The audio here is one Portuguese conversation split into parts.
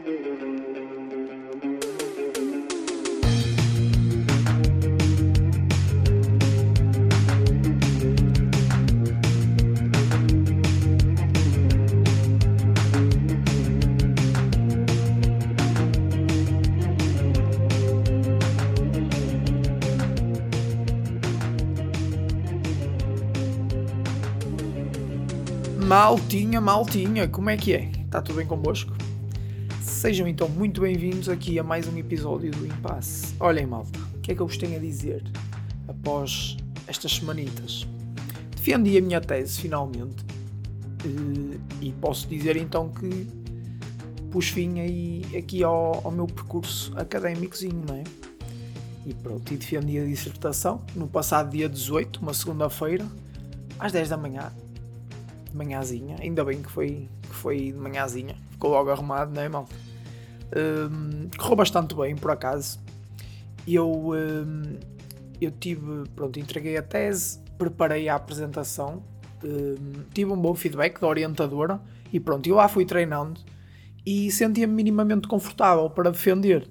Maltinha, como é que é? Está tudo bem convosco? Sejam então muito bem-vindos aqui a mais um episódio do Impasse. Olhem, malta, o que é que eu vos tenho a dizer após estas semanitas? Defendi a minha tese finalmente e posso dizer então que pus fim aí, aqui ao meu percurso académicozinho, não é? E pronto, e defendi a dissertação no passado dia 18, uma segunda-feira, às 10 da manhã. De manhãzinha, ainda bem que foi de manhãzinha, ficou logo arrumado, não é, mal? Correu bastante bem, por acaso. Eu tive, pronto, entreguei a tese, preparei a apresentação, tive um bom feedback da orientadora e pronto, eu lá fui treinando e sentia-me minimamente confortável para defender.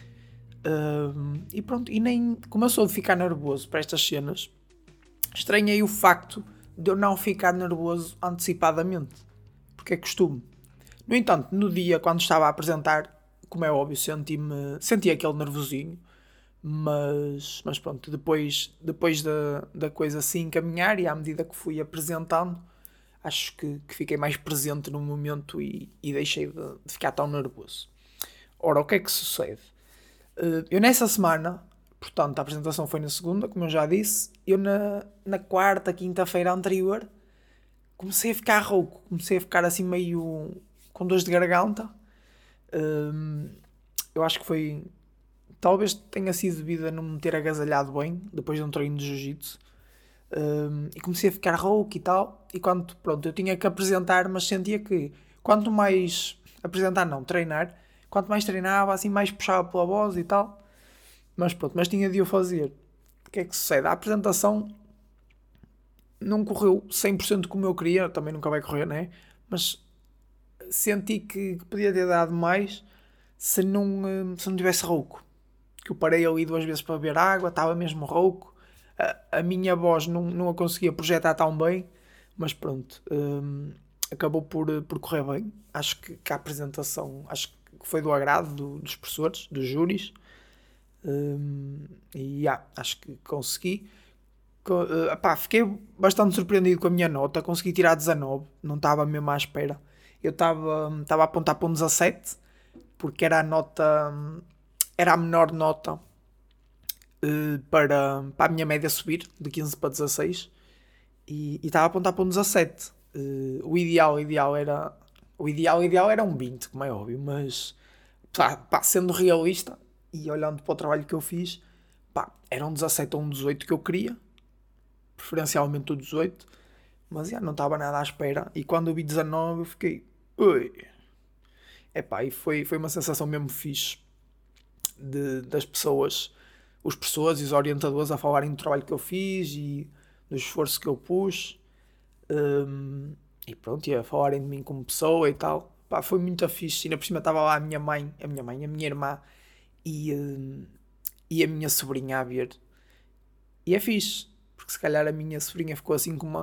E pronto, e nem começou a ficar nervoso para estas cenas. Estranhei o facto de eu não ficar nervoso antecipadamente, porque é costume. No entanto, no dia, quando estava a apresentar, como é óbvio, senti aquele nervosinho, mas pronto, depois da coisa assim caminhar e à medida que fui apresentando, acho que fiquei mais presente no momento e deixei de ficar tão nervoso. Ora, o que é que sucede? Eu nessa semana, portanto, a apresentação foi na segunda, como eu já disse. Eu na quarta, quinta-feira anterior comecei a ficar rouco. Comecei a ficar assim meio com dores de garganta. Eu acho que foi... Talvez tenha sido devido a não me ter agasalhado bem depois de um treino de jiu-jitsu. E comecei a ficar rouco e tal. E quando, pronto, eu tinha que apresentar, mas sentia que quanto mais... treinar. Quanto mais treinava, assim mais puxava pela voz e tal. Mas pronto, mas tinha de o fazer. O que é que sucede? A apresentação não correu 100% como eu queria, também nunca vai correr, né? Mas senti que podia ter dado mais se não tivesse rouco. Que eu parei ali 2 vezes para beber água, estava mesmo rouco. A minha voz não a conseguia projetar tão bem, mas pronto, acabou por correr bem. Acho que a apresentação foi do agrado dos professores, dos júris. Acho que consegui. Fiquei bastante surpreendido com a minha nota. Consegui tirar 19, não estava mesmo à espera. Eu estava a apontar para um 17, porque era a menor nota para a minha média subir de 15 para 16 e estava a apontar para um 17. O ideal era um 20, como é óbvio, mas sendo realista e olhando para o trabalho que eu fiz, era um 17 ou um 18 que eu queria, preferencialmente o 18, mas não estava nada à espera. E quando eu vi 19 eu fiquei ui. E foi uma sensação mesmo fixe das pessoas, os professores e os orientadores a falarem do trabalho que eu fiz e do esforço que eu pus, e pronto, e a falarem de mim como pessoa e tal. Foi muito fixe. E ainda por cima estava lá a minha irmã e a minha sobrinha a ver. E é fixe, porque se calhar a minha sobrinha ficou assim com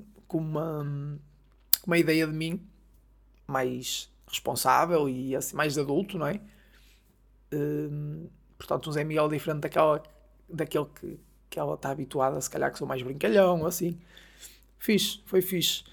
uma ideia de mim mais responsável e assim, mais adulto, não é? Portanto, um Zé Miguel diferente daquele que ela está habituada, se calhar que sou mais brincalhão, assim. Foi fixe.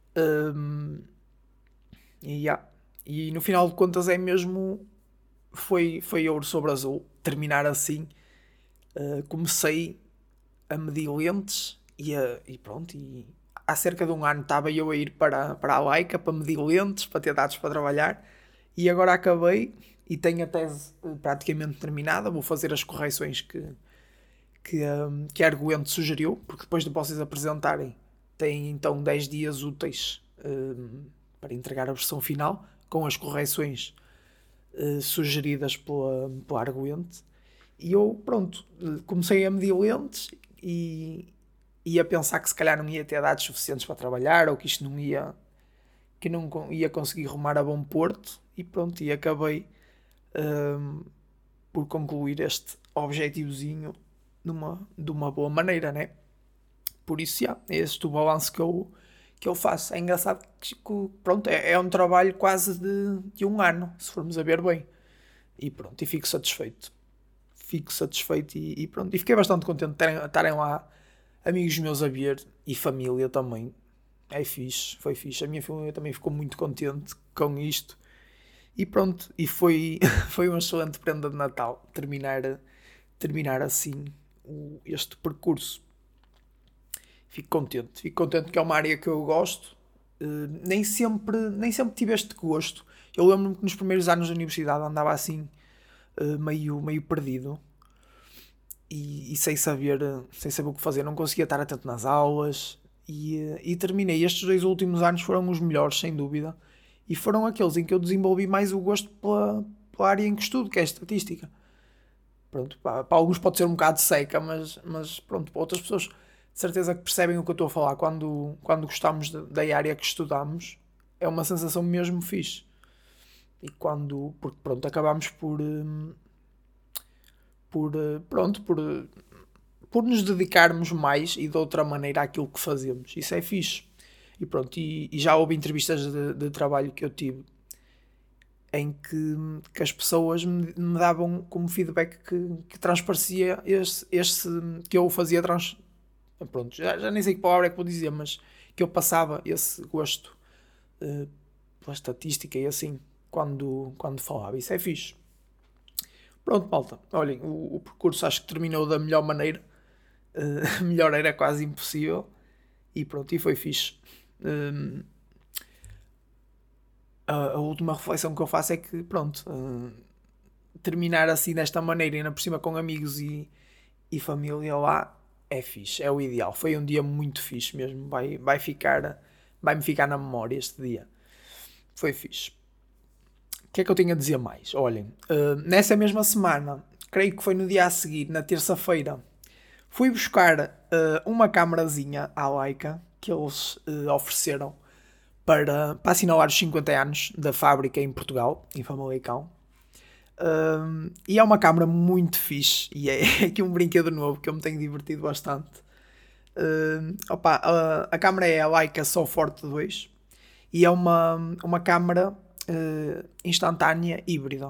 E no final de contas é mesmo... Foi ouro sobre azul, terminar assim. Comecei a medir lentes e pronto, e há cerca de um ano estava eu a ir para a Leica para medir lentes, para ter dados para trabalhar, e agora acabei e tenho a tese praticamente terminada. Vou fazer as correções que a Arguente sugeriu, porque depois de vocês apresentarem têm então 10 dias úteis para entregar a versão final com as correções sugeridas pela Arguente. E eu, pronto, comecei a medir lentes e a pensar que se calhar não ia ter dados suficientes para trabalhar, ou que isto não ia conseguir rumar a bom porto, e pronto, e acabei por concluir este objetivozinho de uma boa maneira, né? Por isso, é este o balanço que eu faço. É engraçado que pronto, é um trabalho quase de um ano, se formos a ver bem. E pronto, e fico satisfeito. Fico satisfeito e pronto. E fiquei bastante contente de estarem lá amigos meus a ver e família também. É fixe, foi fixe. A minha família também ficou muito contente com isto. E pronto, e foi, foi uma excelente prenda de Natal terminar assim este percurso. Fico contente que é uma área que eu gosto. Nem sempre tive este gosto. Eu lembro-me que nos primeiros anos da universidade andava assim, meio perdido e sem saber o que fazer. Não conseguia estar atento nas aulas e terminei. Estes 2 últimos anos foram os melhores, sem dúvida, e foram aqueles em que eu desenvolvi mais o gosto pela área em que estudo, que é a estatística. Pronto, para alguns pode ser um bocado seca, mas pronto, para outras pessoas de certeza que percebem o que eu estou a falar quando gostamos da área que estudamos. É uma sensação mesmo fixe. E porque pronto, acabamos por nos dedicarmos mais e de outra maneira àquilo que fazemos. Isso é fixe. E pronto, e já houve entrevistas de trabalho que eu tive em que as pessoas me davam como feedback que transparecia que eu fazia pronto, já nem sei que palavra é que vou dizer, mas que eu passava esse gosto pela estatística e assim quando falava. Isso é fixe. Pronto, malta. Olhem, o percurso acho que terminou da melhor maneira. Melhor era quase impossível. E pronto, e foi fixe. A última reflexão que eu faço é que, pronto, terminar assim desta maneira, ainda por cima com amigos e família lá, é fixe, é o ideal. Foi um dia muito fixe mesmo. Vai-me ficar na memória este dia. Foi fixe. O que é que eu tenho a dizer mais? Olhem, nessa mesma semana, creio que foi no dia a seguir, na terça-feira, fui buscar uma camarazinha à Leica que eles ofereceram para assinalar os 50 anos da fábrica em Portugal, em Famalicão. E é uma câmara muito fixe e é aqui um brinquedo novo que eu me tenho divertido bastante. A câmara é a Leica Soforte 2 e é uma câmara instantânea híbrida.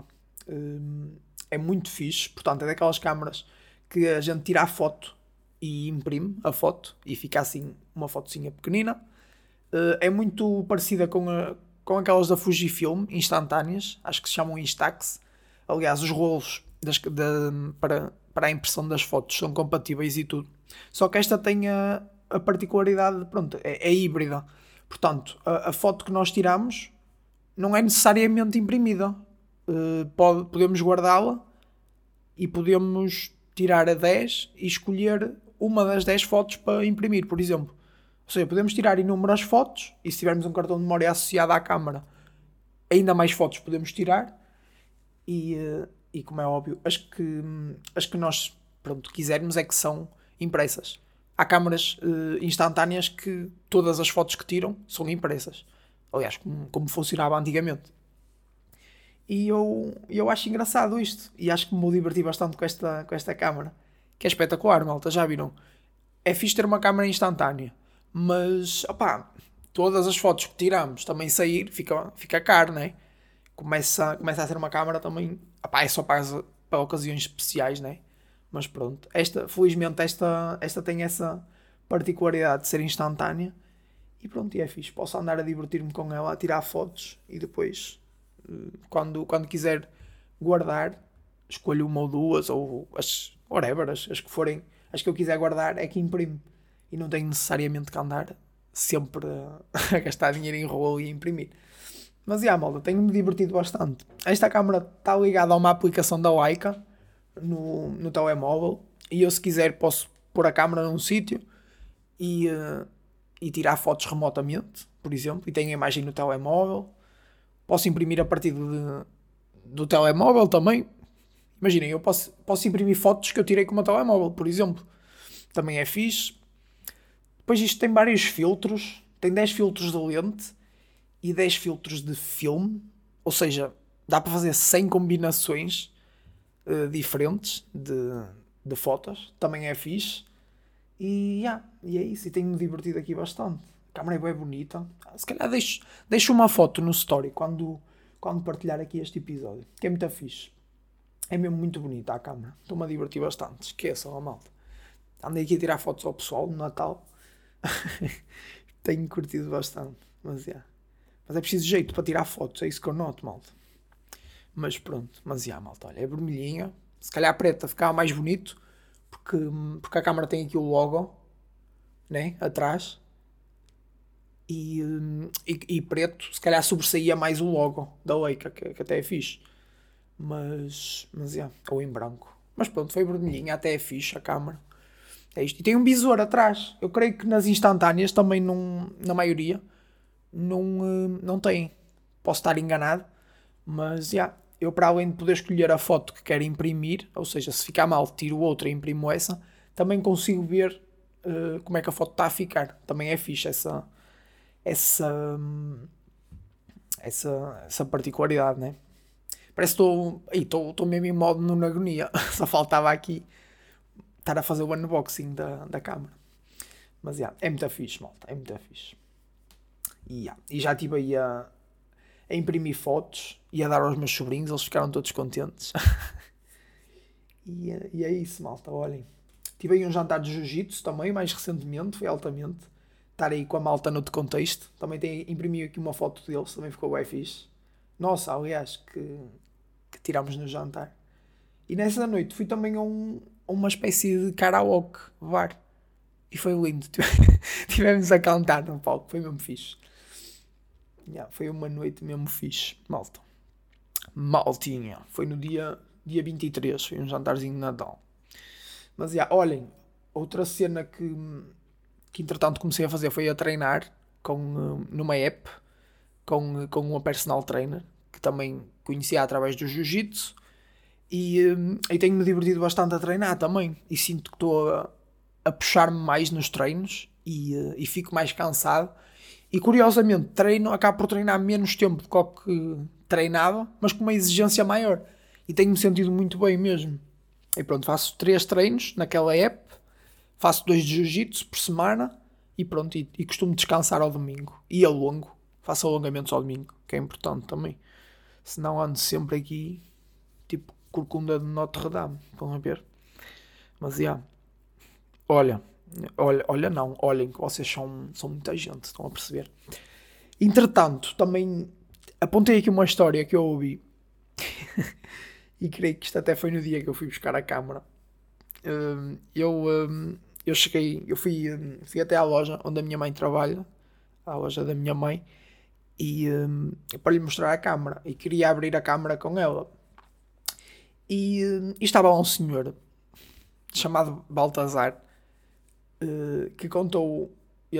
É muito fixe, portanto é daquelas câmaras que a gente tira a foto e imprime a foto e fica assim uma fotozinha pequenina. É muito parecida com aquelas da Fujifilm instantâneas, acho que se chamam Instax. Aliás, os rolos para a impressão das fotos são compatíveis e tudo. Só que esta tem a particularidade, pronto, é híbrida. Portanto, a foto que nós tiramos não é necessariamente imprimida. Podemos guardá-la e podemos tirar a 10 e escolher uma das 10 fotos para imprimir, por exemplo. Ou seja, podemos tirar inúmeras fotos e se tivermos um cartão de memória associado à câmara, ainda mais fotos podemos tirar e como é óbvio, as que nós quisermos é que são impressas. Há câmaras instantâneas que todas as fotos que tiram são impressas. Aliás, como funcionava antigamente. E eu acho engraçado isto. E acho que me vou divertir bastante com esta câmara. Que é espetacular, malta. Já viram? É fixe ter uma câmara instantânea. Mas, opá, todas as fotos que tiramos também sair, fica caro, né? Começa a ser uma câmara também... Opá, é só para ocasiões especiais, né? Mas pronto. Felizmente esta tem essa particularidade de ser instantânea. E pronto, e é fixe. Posso andar a divertir-me com ela, a tirar fotos e depois, quando quiser guardar, escolho uma ou duas, ou as que forem, as que eu quiser guardar, é que imprimo. E não tenho necessariamente que andar sempre a gastar dinheiro em rolo e a imprimir. Mas, malta, tenho-me divertido bastante. Esta câmera está ligada a uma aplicação da Leica no telemóvel e eu, se quiser, posso pôr a câmera num sítio e tirar fotos remotamente, por exemplo, e tenho a imagem no telemóvel. Posso imprimir a partir do telemóvel também. Imaginem, eu posso imprimir fotos que eu tirei com o meu telemóvel, por exemplo. Também é fixe. Depois isto tem vários filtros. Tem 10 filtros de lente e 10 filtros de filme. Ou seja, dá para fazer 100 combinações diferentes de fotos, também é fixe. E é isso, e tenho-me divertido aqui bastante. A câmera é bem bonita. Se calhar deixo uma foto no story quando partilhar aqui este episódio, que é muito fixe. É mesmo muito bonita a câmera. Estou-me a divertir bastante. Esqueçam a malta. Andei aqui a tirar fotos ao pessoal no Natal. Tenho curtido bastante. Mas é preciso jeito para tirar fotos. É isso que eu noto, malta. Mas pronto. Mas malta, olha, é vermelhinha. Se calhar a preta ficava mais bonito. Porque a câmera tem aqui o logo, né? Atrás. E preto. Se calhar sobressaía mais o logo da Leica. Que até é fixe. Mas ou em branco. Mas pronto, foi vermelhinha, até é fixe a câmera. É isto. E tem um visor atrás. Eu creio que nas instantâneas também não, na maioria não tem. Posso estar enganado, mas eu para além de poder escolher a foto que quero imprimir, ou seja, se ficar mal tiro outra e imprimo essa, também consigo ver como é que a foto está a ficar. Também é fixe essa, essa particularidade, né? Parece que estou mesmo em modo numa agonia. Só faltava aqui estar a fazer o unboxing da câmera. Mas é muito fixe, malta. É muito fixe. E já estive aí a imprimir fotos e a dar aos meus sobrinhos. Eles ficaram todos contentes. e é isso, malta. Olhem. Tive aí um jantar de jiu-jitsu também, mais recentemente. Foi altamente. Estar aí com a malta noutro contexto. Também imprimi aqui uma foto deles. Também ficou bem fixe. Nossa, aliás, que tirámos no jantar. E nessa noite fui também a uma espécie de karaoke bar. E foi lindo. Tivemos a cantar no palco. Foi mesmo fixe. Foi uma noite mesmo fixe. Maltinha. Foi no dia 23. Foi um jantarzinho de Natal. Mas olhem. Outra cena que entretanto comecei a fazer foi a treinar numa app com uma personal trainer que também conhecia através do jiu-jitsu e tenho-me divertido bastante a treinar também e sinto que estou a puxar-me mais nos treinos e fico mais cansado e curiosamente acabo por treinar menos tempo do que treinava, mas com uma exigência maior e tenho-me sentido muito bem mesmo. E pronto, faço 3 treinos naquela app, faço 2 de jiu-jitsu por semana e pronto, e costumo descansar ao domingo e alongo, faço alongamentos ao domingo, que é importante também. Senão ando sempre aqui, tipo corcunda de Notre Dame. Estão a ver? Mas olhem que vocês são muita gente. Estão a perceber? Entretanto, também apontei aqui uma história que eu ouvi. E creio que isto até foi no dia que eu fui buscar a câmara. Eu cheguei, eu fui até à loja onde a minha mãe trabalha, à loja da minha mãe, e para lhe mostrar a câmara e queria abrir a câmara com ela e estava lá um senhor chamado Baltazar que contou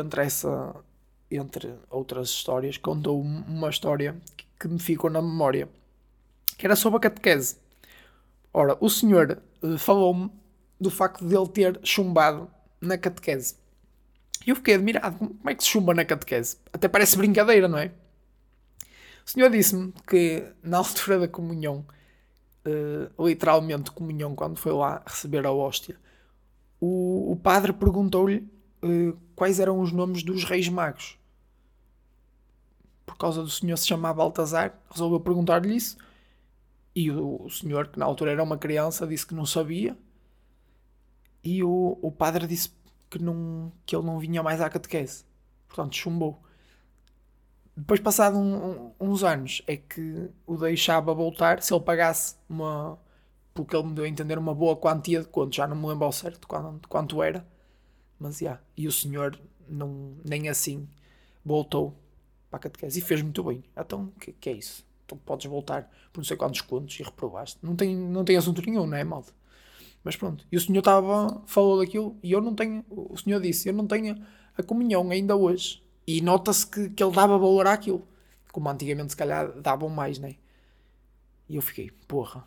entre outras histórias, contou uma história que me ficou na memória, que era sobre a catequese. Ora, o senhor falou-me do facto de ele ter chumbado na catequese. E eu fiquei admirado. Como é que se chumba na catequese? Até parece brincadeira, não é? O senhor disse-me que na altura da comunhão, literalmente comunhão, quando foi lá receber a hóstia, o padre perguntou-lhe quais eram os nomes dos reis magos. Por causa do senhor se chamar Baltazar, resolveu perguntar-lhe isso. E o senhor, que na altura era uma criança, disse que não sabia. E o padre disse que ele não vinha mais à catequese. Portanto, chumbou. Depois, passado uns anos, é que o deixava voltar se ele pagasse porque ele me deu a entender, uma boa quantia de conto. Já não me lembro ao certo quanto era. Mas, e o senhor nem assim voltou para a catequese. E fez muito bem. Então, que é isso? Então podes voltar por não sei quantos contos e reprovaste. Não tem assunto nenhum, não é, malta? Mas pronto. E o senhor falou daquilo e eu não tenho... O senhor disse, eu não tenho a comunhão ainda hoje. E nota-se que ele dava valor àquilo. Como antigamente, se calhar, davam mais, não é? E eu fiquei, porra.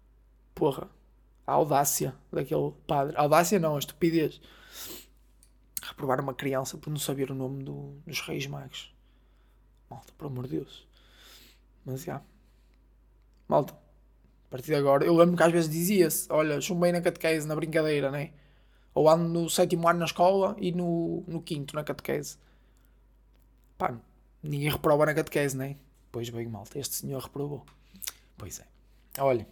A audácia daquele padre. A audácia não, a estupidez. Reprovar uma criança por não saber o nome dos reis magos. Malta, por amor de Deus. Mas, malta, a partir de agora, eu lembro que às vezes dizia-se, olha, chumbei na catequese, na brincadeira, né? Ou ando no 7º ano na escola e no 5º na catequese. Pá, ninguém reprova na catequese, né? Pois bem, malta, este senhor reprovou. Pois é. Olha,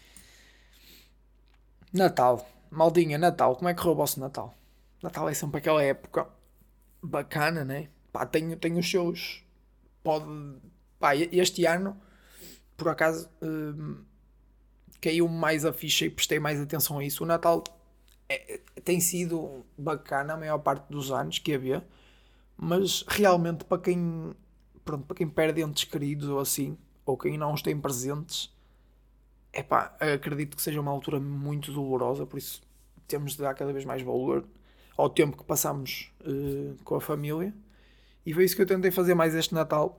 Natal, maldinha, Natal, como é que correu o vosso Natal? Natal é sempre aquela época bacana, né? Pá, tem os seus. Pode. Pá, este ano, por acaso, caiu mais a ficha e prestei mais atenção a isso. O Natal tem sido bacana a maior parte dos anos que havia, mas realmente para quem perde entes queridos ou assim, ou quem não os tem presentes, acredito que seja uma altura muito dolorosa, por isso temos de dar cada vez mais valor ao tempo que passamos com a família. E foi isso que eu tentei fazer mais este Natal.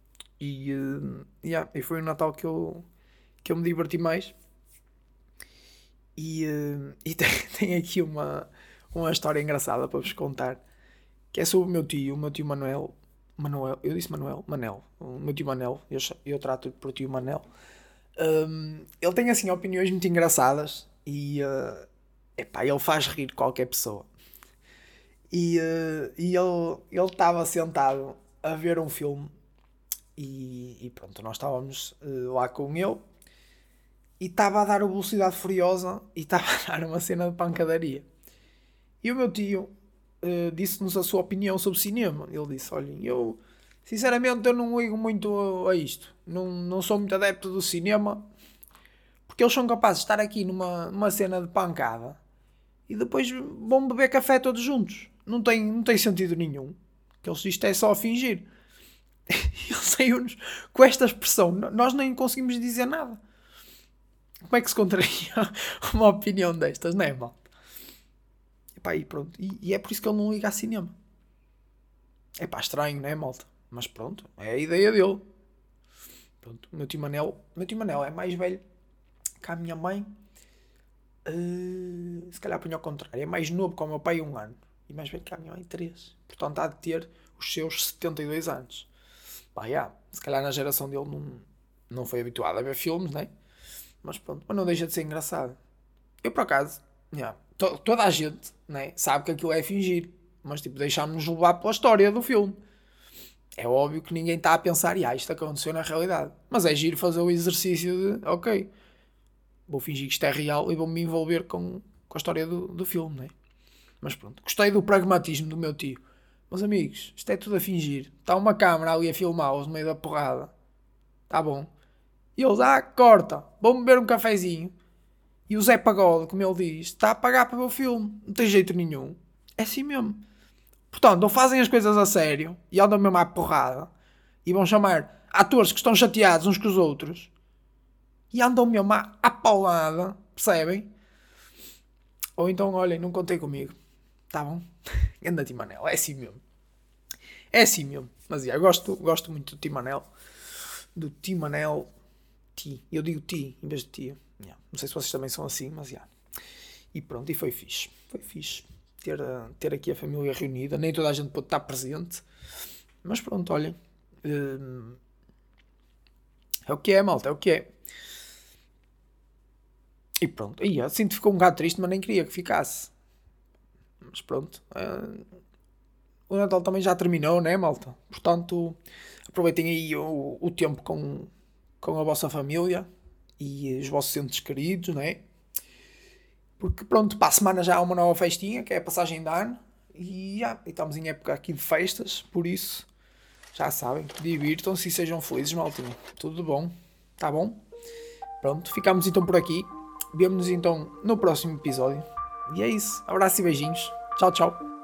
E foi um Natal que eu me diverti mais. E tem aqui uma história engraçada para vos contar, que é sobre o meu tio Manuel. Eu disse Manuel? Manel. O meu tio Manel, eu trato por tio Manel. Ele tem assim opiniões muito engraçadas ele faz rir qualquer pessoa. E ele estava sentado a ver um filme e pronto, nós estávamos lá com ele e estava a dar o Velocidade Furiosa e estava a dar uma cena de pancadaria. E o meu tio disse-nos a sua opinião sobre cinema. Ele disse, olhem, sinceramente eu não ligo muito a isto. Não sou muito adepto do cinema, porque eles são capazes de estar aqui numa cena de pancada e depois vão beber café todos juntos. Não tem sentido nenhum. Que isto é só a fingir. E ele saiu-nos com esta expressão. Nós nem conseguimos dizer nada. Como é que se contraria uma opinião destas, não é, malta? E pronto. E é por isso que ele não liga a cinema. Estranho, não é, malta? Mas pronto, é a ideia dele. Pronto, o meu tio Manel é mais velho que a minha mãe. Se calhar põe ao contrário. É mais novo que o meu pai 1 ano. E mais velho que a minha mãe 3. Portanto, há de ter os seus 72 anos. Se calhar na geração dele não foi habituado a ver filmes, né? Mas pronto, mas não deixa de ser engraçado. Eu, por acaso, toda a gente, né, sabe que aquilo é fingir. Mas, tipo, deixámos-nos levar pela história do filme. É óbvio que ninguém está a pensar, isto aconteceu na realidade. Mas é giro fazer o exercício de, ok, vou fingir que isto é real e vou-me envolver com a história do filme, né? Mas pronto, gostei do pragmatismo do meu tio. Meus amigos, isto é tudo a fingir. Está uma câmara ali a filmá-los no meio da porrada. Tá bom. E eles, corta, vão beber um cafezinho. E o Zé Pagode, como ele diz, está a pagar para ver o filme. Não tem jeito nenhum. É assim mesmo. Portanto, ou fazem as coisas a sério e andam mesmo à porrada e vão chamar atores que estão chateados uns com os outros e andam mesmo à paulada, percebem? Ou então, olhem, não contei comigo. Tá bom? Anda Timanel, é assim mesmo. É assim mesmo. Mas eu gosto muito do Timanel. Do Timanel. Eu digo ti em vez de tia. Não sei se vocês também são assim, mas E pronto, e foi fixe. Foi fixe ter aqui a família reunida. Nem toda a gente pode estar presente. Mas pronto, olhem. É o que é, malta, é o que é. E pronto. Sinto que ficou um bocado triste, mas nem queria que ficasse. Mas pronto. O Natal também já terminou, né, malta? Portanto, aproveitem aí o tempo com a vossa família e os vossos entes queridos, né? Porque pronto, para a semana já há uma nova festinha, que é a passagem de ano. E estamos em época aqui de festas, por isso, já sabem, divirtam-se e sejam felizes, maltinha. Tudo bom? Tá bom? Pronto, ficamos então por aqui. Vemo-nos então no próximo episódio. E é isso. Abraço e beijinhos. Tchau, tchau.